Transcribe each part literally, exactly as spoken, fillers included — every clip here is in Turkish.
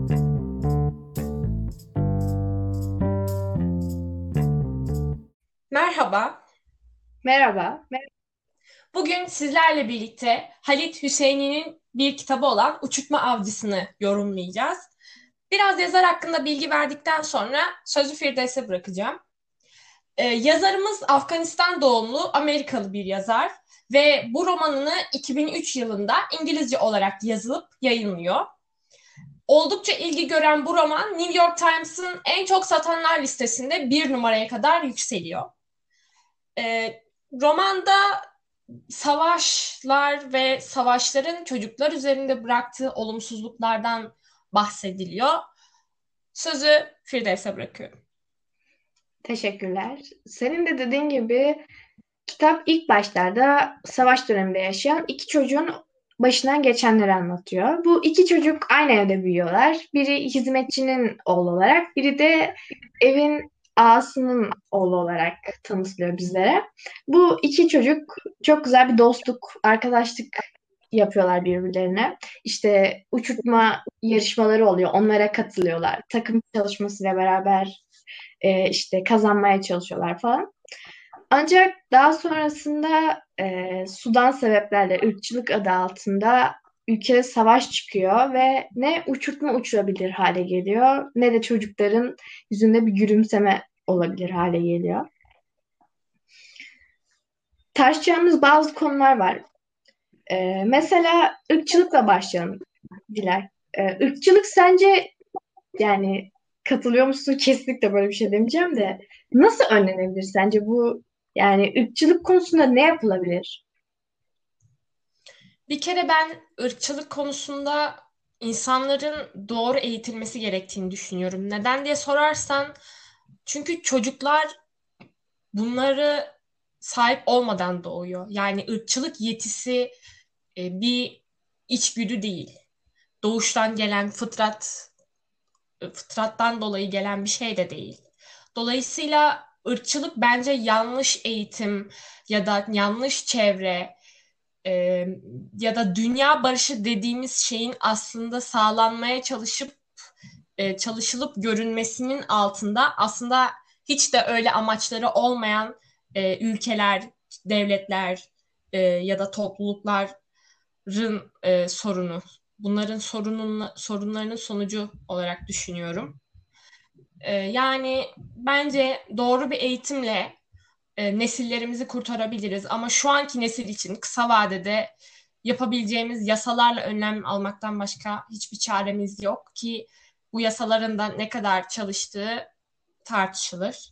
Merhaba. Merhaba. Bugün sizlerle birlikte Halit Hüseyni'nin bir kitabı olan Uçurtma Avcısı'nı yorumlayacağız. Biraz yazar hakkında bilgi verdikten sonra sözü Firdevs'e bırakacağım. Ee, yazarımız Afganistan doğumlu Amerikalı bir yazar ve bu romanını iki bin üç yılında İngilizce olarak yazılıp yayınlıyor. Oldukça ilgi gören bu roman New York Times'ın en çok satanlar listesinde bir numaraya kadar yükseliyor. Ee, Romanda savaşlar ve savaşların çocuklar üzerinde bıraktığı olumsuzluklardan bahsediliyor. Sözü Firdevs'e bırakıyorum. Teşekkürler. Senin de dediğin gibi kitap ilk başlarda savaş döneminde yaşayan iki çocuğun başından geçenleri anlatıyor. Bu iki çocuk aynı evde büyüyorlar. Biri hizmetçinin oğlu olarak, biri de evin ağasının oğlu olarak tanıtılıyor bizlere. Bu iki çocuk çok güzel bir dostluk, arkadaşlık yapıyorlar birbirlerine. İşte uçurtma yarışmaları oluyor. Onlara katılıyorlar. Takım çalışmasıyla beraber e, işte kazanmaya çalışıyorlar falan. Ancak daha sonrasında e, sudan sebeplerle ırkçılık adı altında ülkede savaş çıkıyor ve ne uçurtma uçurabilir hale geliyor ne de çocukların yüzünde bir gülümseme olabilir hale geliyor. Tartışacağımız bazı konular var. E, mesela ırkçılıkla başlayalım Dilay. E, ırkçılık sence yani katılıyor musun? Kesinlikle böyle bir şey demeyeceğim de nasıl önlenebilir sence bu yani ırkçılık konusunda ne yapılabilir? Bir kere ben ırkçılık konusunda insanların doğru eğitilmesi gerektiğini düşünüyorum. Neden diye sorarsan, çünkü çocuklar bunları sahip olmadan doğuyor. Yani ırkçılık yetisi e, bir içgüdü değil. Doğuştan gelen fıtrat fıtrattan dolayı gelen bir şey de değil. Dolayısıyla ırkçılık bence yanlış eğitim ya da yanlış çevre e, ya da dünya barışı dediğimiz şeyin aslında sağlanmaya çalışıp e, çalışılıp görünmesinin altında aslında hiç de öyle amaçları olmayan e, ülkeler, devletler e, ya da toplulukların e, sorunu. Bunların sorunun, sorunlarının sonucu olarak düşünüyorum. Ee, yani bence doğru bir eğitimle e, nesillerimizi kurtarabiliriz. Ama şu anki nesil için kısa vadede yapabileceğimiz yasalarla önlem almaktan başka hiçbir çaremiz yok ki bu yasaların da ne kadar çalıştığı tartışılır.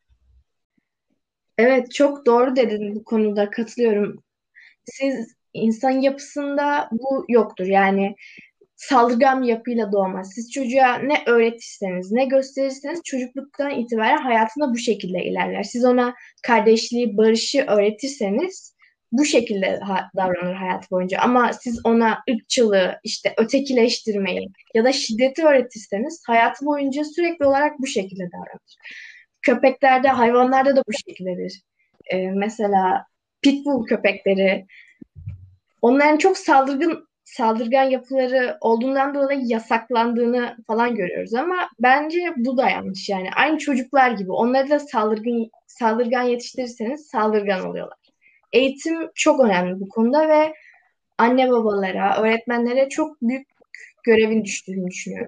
Evet, çok doğru dedin, bu konuda katılıyorum. Siz insan yapısında bu yoktur. Yani saldırgan bir yapıyla doğmaz. Siz çocuğa ne öğretirseniz, ne gösterirseniz çocukluktan itibaren hayatında bu şekilde ilerler. Siz ona kardeşliği, barışı öğretirseniz bu şekilde ha- davranır hayat boyunca. Ama siz ona ırkçılığı, işte ötekileştirmeyi ya da şiddeti öğretirseniz hayatı boyunca sürekli olarak bu şekilde davranır. Köpeklerde, hayvanlarda da bu şekildedir. Ee, mesela pitbull köpekleri, onların çok saldırgın saldırgan yapıları olduğundan dolayı yasaklandığını falan görüyoruz ama bence bu da yanlış. Yani aynı çocuklar gibi onları da saldırgın saldırgan yetiştirirseniz saldırgan oluyorlar. Eğitim çok önemli bu konuda ve anne babalara, öğretmenlere çok büyük görevin düştüğünü düşünüyorum.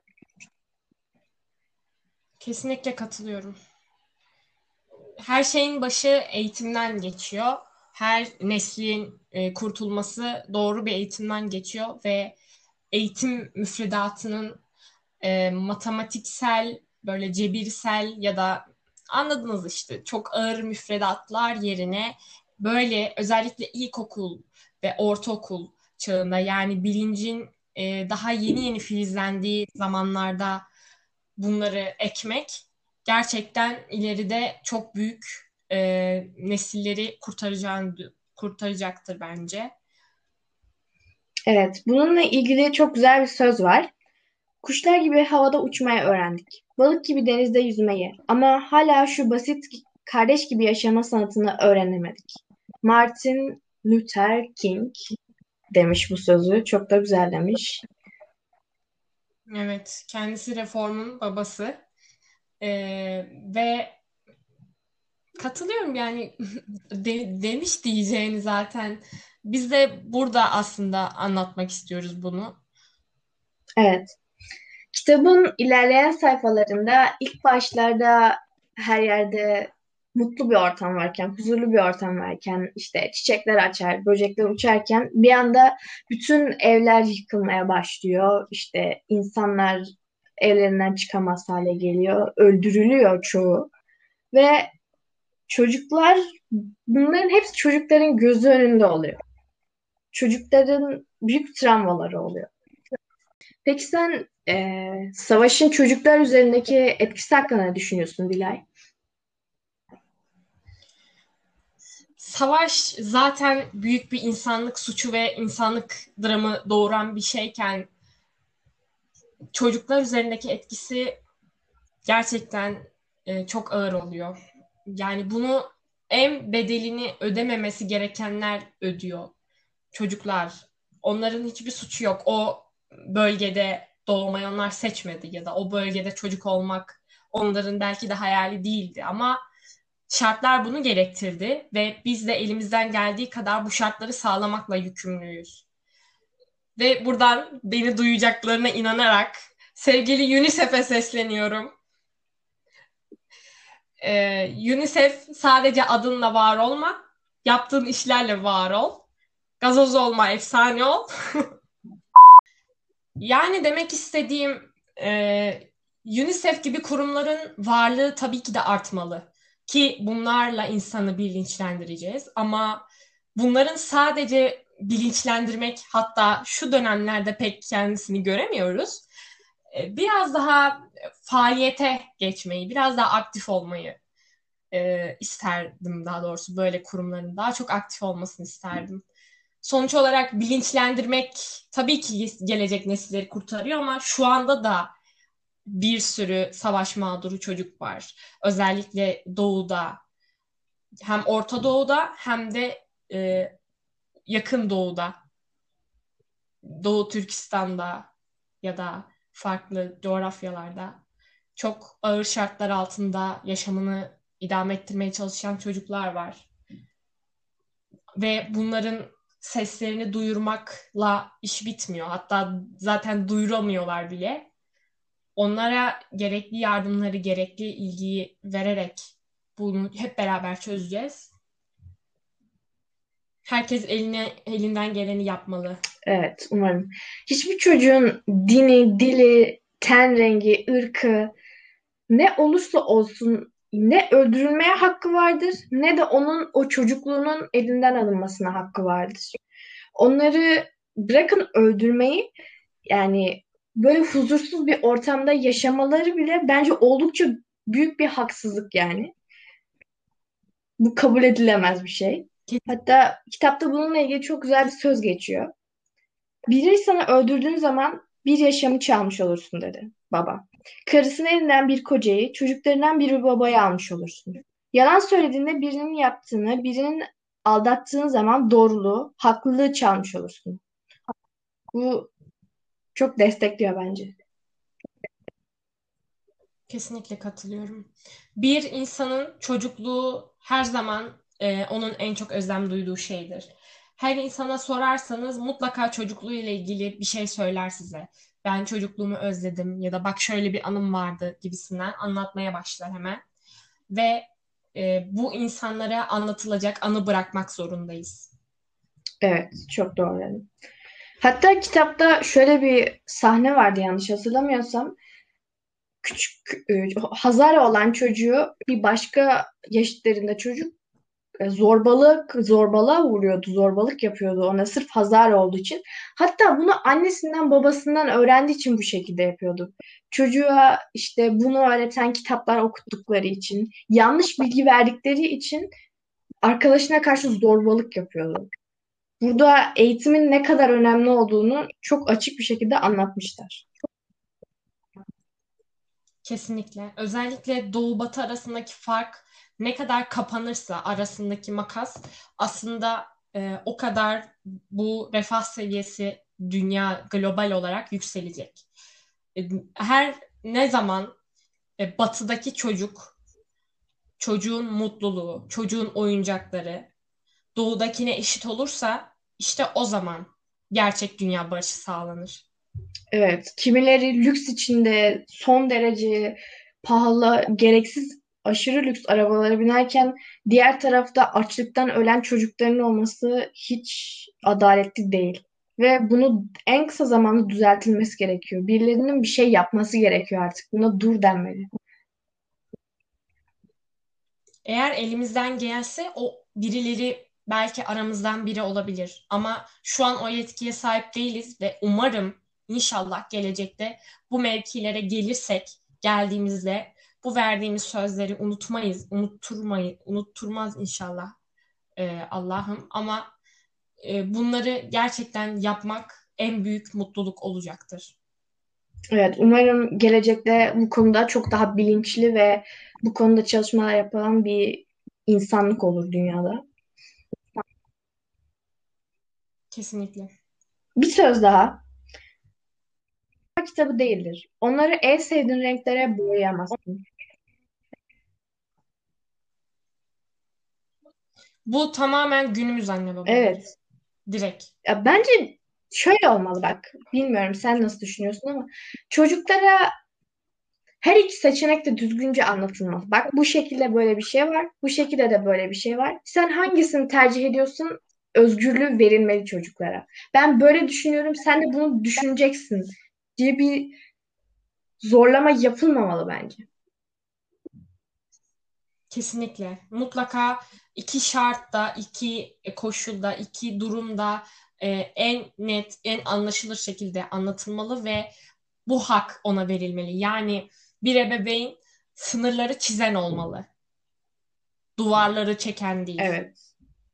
Kesinlikle katılıyorum. Her şeyin başı eğitimden geçiyor. Her neslin e, kurtulması doğru bir eğitimden geçiyor ve eğitim müfredatının e, matematiksel, böyle cebirsel ya da anladınız işte çok ağır müfredatlar yerine böyle özellikle ilkokul ve ortaokul çağında, yani bilincin e, daha yeni yeni filizlendiği zamanlarda bunları ekmek gerçekten ileride çok büyük e, nesilleri kurtaracağını kurtaracaktır bence. Evet, bununla ilgili çok güzel bir söz var. Kuşlar gibi havada uçmayı öğrendik. Balık gibi denizde yüzmeyi. Ama hala şu basit kardeş gibi yaşama sanatını öğrenemedik. Martin Luther King demiş bu sözü. Çok da güzel demiş. Evet, kendisi reformun babası. Ee, ve katılıyorum yani de- demiş diyeceğini zaten. Biz de burada aslında anlatmak istiyoruz bunu. Evet. Kitabın ilerleyen sayfalarında ilk başlarda her yerde mutlu bir ortam varken, huzurlu bir ortam varken, işte çiçekler açar, böcekler uçarken bir anda bütün evler yıkılmaya başlıyor. İşte insanlar evlerinden çıkamaz hale geliyor, öldürülüyor çoğu ve çocuklar, bunların hepsi çocukların gözü önünde oluyor. Çocukların büyük travmaları oluyor. Peki sen eee, savaşın çocuklar üzerindeki etkisi hakkında ne düşünüyorsun Dilay? Savaş zaten büyük bir insanlık suçu ve insanlık dramı doğuran bir şeyken çocuklar üzerindeki etkisi gerçekten e, çok ağır oluyor. Yani bunu en bedelini ödememesi gerekenler ödüyor. Çocuklar. Onların hiçbir suçu yok. O bölgede doğmayı onlar seçmedi ya da o bölgede çocuk olmak onların belki de hayali değildi ama şartlar bunu gerektirdi ve biz de elimizden geldiği kadar bu şartları sağlamakla yükümlüyüz. Ve buradan beni duyacaklarına inanarak sevgili UNICEF'e sesleniyorum. Ee, UNICEF sadece adınla var olma, yaptığın işlerle var ol. Gazoz olma, efsane ol. Yani demek istediğim e, UNICEF gibi kurumların varlığı tabii ki de artmalı. Ki bunlarla insanı bilinçlendireceğiz. Ama bunların sadece bilinçlendirmek hatta şu dönemlerde pek kendisini göremiyoruz. E, biraz daha faaliyete geçmeyi, biraz daha aktif olmayı e, isterdim daha doğrusu böyle kurumların daha çok aktif olmasını isterdim. Sonuç olarak bilinçlendirmek tabii ki gelecek nesilleri kurtarıyor ama şu anda da bir sürü savaş mağduru çocuk var. Özellikle doğuda, hem Orta Doğu'da hem de e, yakın doğuda, Doğu Türkistan'da ya da farklı coğrafyalarda çok ağır şartlar altında yaşamını idame ettirmeye çalışan çocuklar var. Ve bunların seslerini duyurmakla iş bitmiyor. Hatta zaten duyuramıyorlar bile. Onlara gerekli yardımları, gerekli ilgiyi vererek bunu hep beraber çözeceğiz. Herkes eline elinden geleni yapmalı. Evet, umarım. Hiçbir çocuğun dini, dili, ten rengi, ırkı ne olursa olsun ne öldürülmeye hakkı vardır ne de onun o çocukluğunun elinden alınmasına hakkı vardır. Onları bırakın öldürmeyi, yani böyle huzursuz bir ortamda yaşamaları bile bence oldukça büyük bir haksızlık yani. Bu kabul edilemez bir şey. Hatta kitapta bununla ilgili çok güzel bir söz geçiyor. Bir insanı öldürdüğün zaman bir yaşamı çalmış olursun dedi baba. Karısının elinden bir kocayı, çocuklarından bir babayı almış olursun. Yalan söylediğinde birinin yaptığını, birinin aldattığın zaman doğruluğu, haklılığı çalmış olursun. Bu çok destekliyor bence. Kesinlikle katılıyorum. Bir insanın çocukluğu her zaman e, onun en çok özlem duyduğu şeydir. Her insana sorarsanız mutlaka çocukluğu ile ilgili bir şey söyler size. Ben çocukluğumu özledim ya da bak şöyle bir anım vardı gibisinden anlatmaya başlar hemen. Ve e, bu insanlara anlatılacak anı bırakmak zorundayız. Evet, çok doğru. Hatta kitapta şöyle bir sahne vardı yanlış hatırlamıyorsam. Küçük e, Hazar olan çocuğu bir başka yaşıtlarında çocuk e, zorbalık zorbalığa uğruyordu, zorbalık yapıyordu ona sırf Hazar olduğu için. Hatta bunu annesinden babasından öğrendiği için bu şekilde yapıyordu. Çocuğa işte bunu öğreten kitaplar okuttukları için, yanlış bilgi verdikleri için arkadaşına karşı zorbalık yapıyordu. Burada eğitimin ne kadar önemli olduğunu çok açık bir şekilde anlatmışlar. Kesinlikle. Özellikle Doğu Batı arasındaki fark ne kadar kapanırsa arasındaki makas aslında e, o kadar bu refah seviyesi dünya global olarak yükselecek. E, Her ne zaman e, batıdaki çocuk, çocuğun mutluluğu, çocuğun oyuncakları doğudakine eşit olursa işte o zaman gerçek dünya barışı sağlanır. Evet, kimileri lüks içinde son derece pahalı, gereksiz aşırı lüks arabalara binerken diğer tarafta açlıktan ölen çocukların olması hiç adaletli değil. Ve bunu en kısa zamanda düzeltilmesi gerekiyor. Birilerinin bir şey yapması gerekiyor artık. Buna dur denmeli. Eğer elimizden gelse o birileri belki aramızdan biri olabilir. Ama şu an o yetkiye sahip değiliz ve umarım inşallah gelecekte bu mevkilere gelirsek, geldiğimizde bu verdiğimiz sözleri unutmayız, unutturmayız, unutturmaz inşallah e, Allah'ım. Ama e, bunları gerçekten yapmak en büyük mutluluk olacaktır. Evet, umarım gelecekte bu konuda çok daha bilinçli ve bu konuda çalışmalar yapan bir insanlık olur dünyada. Kesinlikle. Bir söz daha. Kitabı değildir. Onları en sevdiğin renklere boyayamazsın. Bu tamamen günümüz anne babaları. Evet. Direkt. Ya bence şöyle olmalı bak. Bilmiyorum sen nasıl düşünüyorsun ama çocuklara her iki seçenek de düzgünce anlatılmalı. Bak bu şekilde böyle bir şey var. Bu şekilde de böyle bir şey var. Sen hangisini tercih ediyorsun? Özgürlüğü verilmeli çocuklara. Ben böyle düşünüyorum. Sen de bunu düşüneceksin diye bir zorlama yapılmamalı bence. Kesinlikle. Mutlaka iki şartta, iki koşulda, iki durumda e, en net, en anlaşılır şekilde anlatılmalı ve bu hak ona verilmeli. Yani bir ebeveyn sınırları çizen olmalı. Duvarları çeken değil. Evet.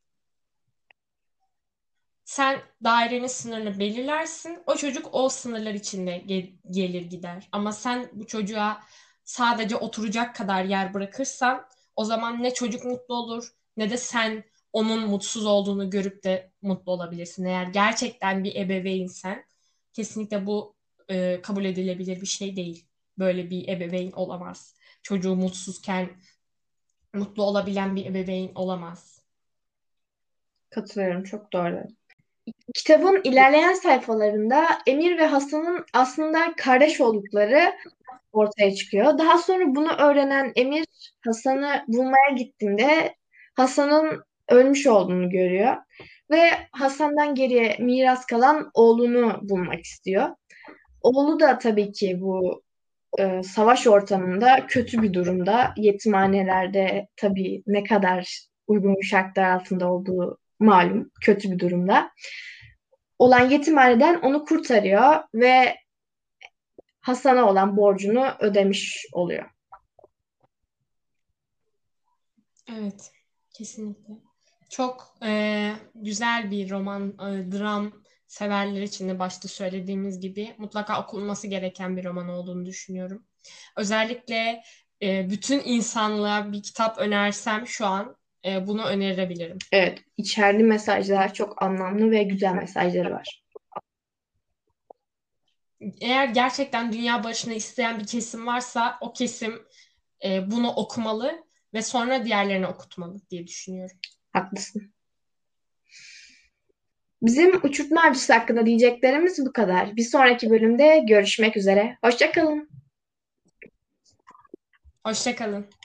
Sen dairenin sınırını belirlersin. O çocuk o sınırlar içinde ge- gelir gider. Ama sen bu çocuğa sadece oturacak kadar yer bırakırsan o zaman ne çocuk mutlu olur ne de sen onun mutsuz olduğunu görüp de mutlu olabilirsin. Eğer gerçekten bir ebeveynsen kesinlikle bu e, kabul edilebilir bir şey değil. Böyle bir ebeveyn olamaz. Çocuğu mutsuzken mutlu olabilen bir ebeveyn olamaz. Katılıyorum. Çok doğru. Kitabın ilerleyen sayfalarında Emir ve Hasan'ın aslında kardeş oldukları ortaya çıkıyor. Daha sonra bunu öğrenen Emir Hasan'ı bulmaya gittiğinde Hasan'ın ölmüş olduğunu görüyor ve Hasan'dan geriye miras kalan oğlunu bulmak istiyor. Oğlu da tabii ki bu e, savaş ortamında kötü bir durumda. Yetimhanelerde tabii ne kadar uygun şartlar altında olduğu malum kötü bir durumda. Olan yetimhaneden onu kurtarıyor ve Hasan'a olan borcunu ödemiş oluyor. Evet, kesinlikle. Çok e, güzel bir roman, e, dram severler için de başta söylediğimiz gibi mutlaka okunması gereken bir roman olduğunu düşünüyorum. Özellikle e, bütün insanlığa bir kitap önersem şu an e, bunu önerebilirim. Evet, içerli mesajlar çok anlamlı ve güzel mesajları var. Eğer gerçekten dünya barışını isteyen bir kesim varsa o kesim e, bunu okumalı ve sonra diğerlerine okutmalı diye düşünüyorum. Haklısın. Bizim uçurtma avcısı hakkında diyeceklerimiz bu kadar. Bir sonraki bölümde görüşmek üzere. Hoşça kalın. Hoşça kalın.